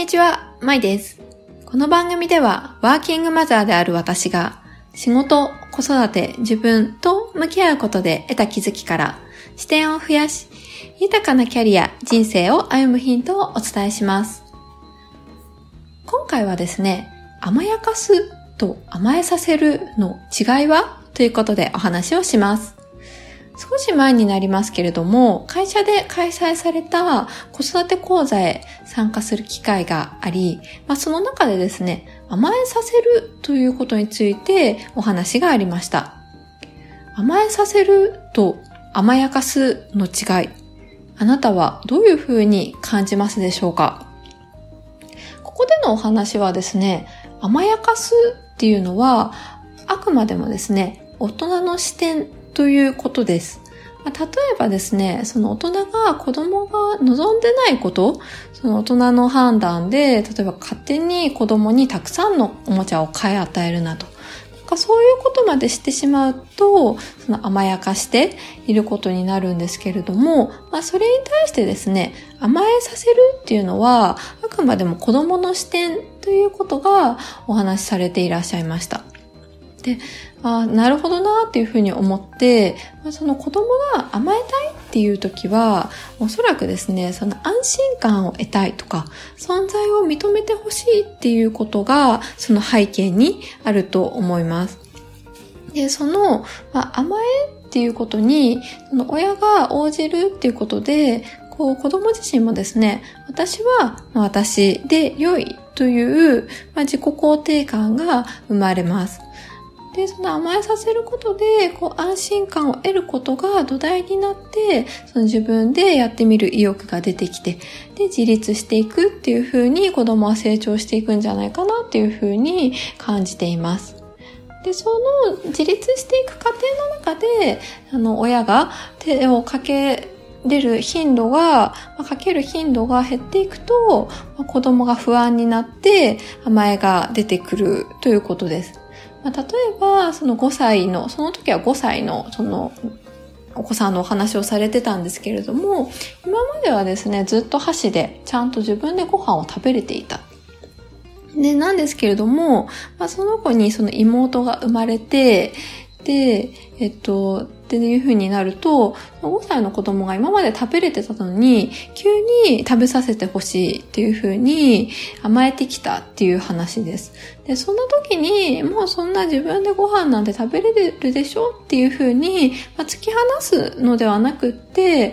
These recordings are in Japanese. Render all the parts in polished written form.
にちは、まいです。この番組ではワーキングマザーである私が仕事、子育て、自分と向き合うことで得た気づきから視点を増やし、豊かなキャリア、人生を歩むヒントをお伝えします。今回はですね、甘やかすと甘えさせるの違いはということでお話をします。少し前になりますけれども、会社で開催された子育て講座へ参加する機会があり、その中でですね、甘えさせるということについてお話がありました。甘えさせると甘やかすの違い、あなたはどういうふうに感じますでしょうか？ここでのお話はですね、甘やかすっていうのはあくまでもですね、大人の視点ということです。例えばですね、その大人が子供が望んでないこと、その大人の判断で、例えば勝手に子供にたくさんのおもちゃを買い与えるなど、そういうことまでしてしまうと、その甘やかしていることになるんですけれども、それに対してですね、甘えさせるっていうのは、あくまでも子供の視点ということがお話しされていらっしゃいました。で、なるほどなっていうふうに思って、その子供が甘えたいっていう時は、おそらくですね、その安心感を得たいとか、存在を認めてほしいっていうことが、その背景にあると思います。で、その、甘えっていうことに、その親が応じるっていうことで、子供自身もですね、私は私で良いという、自己肯定感が生まれます。で、その甘えさせることで、安心感を得ることが土台になって、その自分でやってみる意欲が出てきて、で、自立していくっていう風に子供は成長していくんじゃないかなっていう風に感じています。で、その自立していく過程の中で、親が手をかける頻度が減っていくと、子供が不安になって甘えが出てくるということです。例えば、その時は5歳の、その、お子さんのお話をされてたんですけれども、今まではですね、ずっと箸でちゃんと自分でご飯を食べれていた。で、なんですけれども、その子にその妹が生まれて、で、っていう風になると、5歳の子供が今まで食べれてたのに、急に食べさせてほしいっていう風に甘えてきたっていう話です。で、そんな時に、もうそんな自分でご飯なんて食べれるでしょっていう風に、突き放すのではなくって、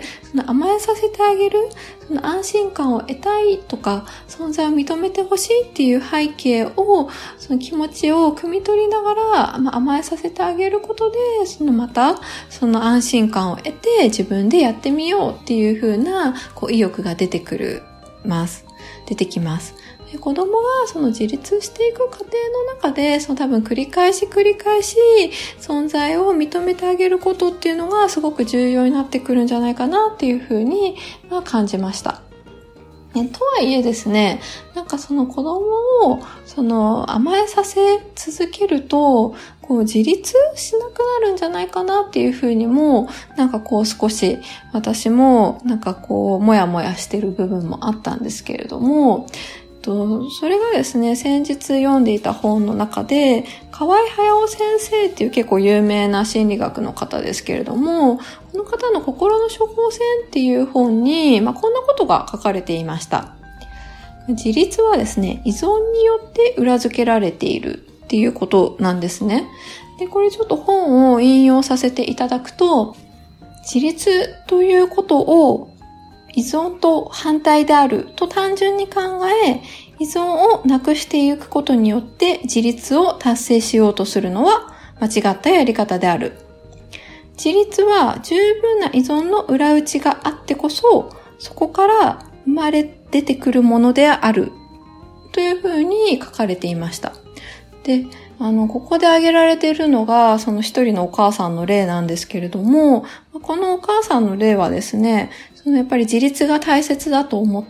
その甘えさせてあげる、その安心感を得たいとか、存在を認めてほしいっていう背景を、その気持ちを汲み取りながら、甘えさせてあげることで、また、その安心感を得て自分でやってみようっていう風な意欲が出てきます。で、子供がその自立していく過程の中で、多分繰り返し存在を認めてあげることっていうのがすごく重要になってくるんじゃないかなっていう風に感じました。とはいえですね、その子供を甘えさせ続けると、自立しなくなるんじゃないかなっていうふうにも、少し私ももやもやしてる部分もあったんですけれども、それがですね、先日読んでいた本の中で、河合隼先生っていう結構有名な心理学の方ですけれども、この方の心の処方箋っていう本に、こんなことが書かれていました。自立はですね、依存によって裏付けられているっていうことなんですね。で、これちょっと本を引用させていただくと、自立ということを依存と反対であると単純に考え、依存をなくしていくことによって自立を達成しようとするのは間違ったやり方である。自立は十分な依存の裏打ちがあってこそ、そこから生まれ出てくるものであるというふうに書かれていました。で、ここで挙げられているのが、その一人のお母さんの例なんですけれども、このお母さんの例はですね、やっぱり自立が大切だと思って、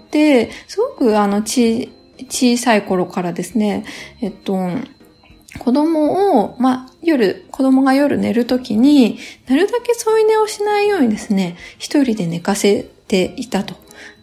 すごく小さい頃からですね、子供が夜寝るときに、なるだけ添い寝をしないようにですね、一人で寝かせていたと。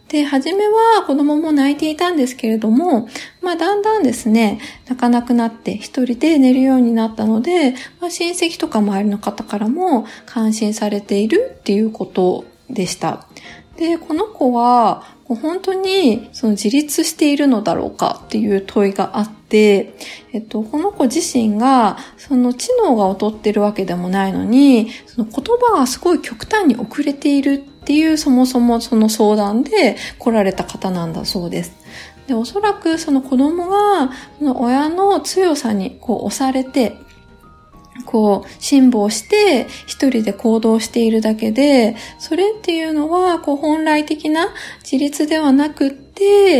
で、初めは子供も泣いていたんですけれども、だんだんですね、泣かなくなって一人で寝るようになったので、親戚とか周りの方からも感心されているっていうことでした。で、この子は本当にその自立しているのだろうかっていう問いがあって、この子自身がその知能が劣ってるわけでもないのに、その言葉がすごい極端に遅れているっていうそもそもその相談で来られた方なんだそうです。で、おそらくその子供がその親の強さに押されて、辛抱して一人で行動しているだけで、それっていうのは本来的な自立ではなくって、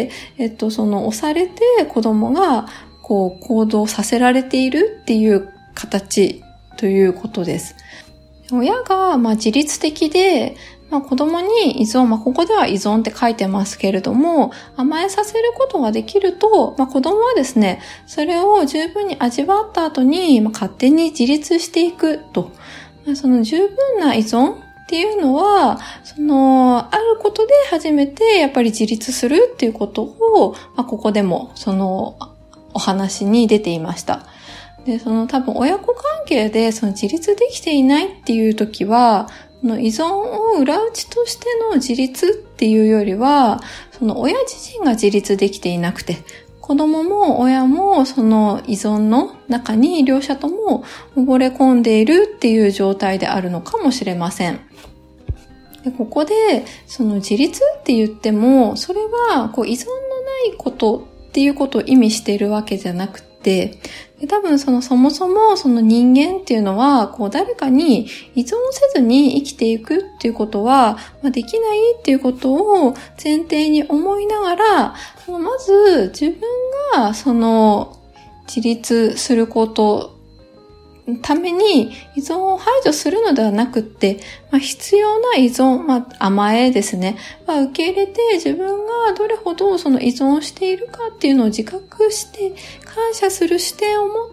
その押されて子供が行動させられているっていう形ということです。親が自律的で、子供に依存、ここでは依存って書いてますけれども、甘えさせることができると、子供はですね、それを十分に味わった後に、勝手に自立していくと。その十分な依存っていうのは、あることで初めてやっぱり自立するっていうことを、ここでもお話に出ていました。で、多分親子関係で自立できていないっていう時は、依存を裏打ちとしての自立っていうよりは、親自身が自立できていなくて、子供も親もその依存の中に両者とも溺れ込んでいるっていう状態であるのかもしれません。で、ここで自立って言っても、それは依存のないことっていうことを意味しているわけじゃなくて、多分そもそも人間っていうのは誰かに依存せずに生きていくっていうことはできないっていうことを前提に思いながら、まず自分が自立することために依存を排除するのではなくって、必要な依存、甘えですね、受け入れて自分がどれほど依存しているかっていうのを自覚して感謝する視点を持って、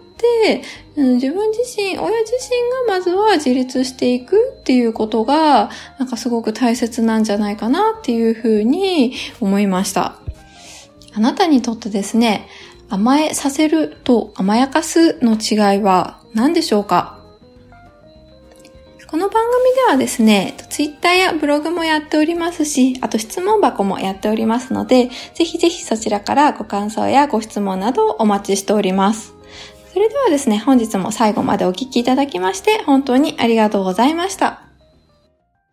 自分自身、親自身がまずは自立していくっていうことがすごく大切なんじゃないかなっていうふうに思いました。あなたにとってですね、甘えさせると甘やかすの違いは何でしょうか？この番組ではですね、ツイッターやブログもやっておりますし、あと質問箱もやっておりますので、ぜひぜひそちらからご感想やご質問などお待ちしております。それではですね、本日も最後までお聞きいただきまして本当にありがとうございました。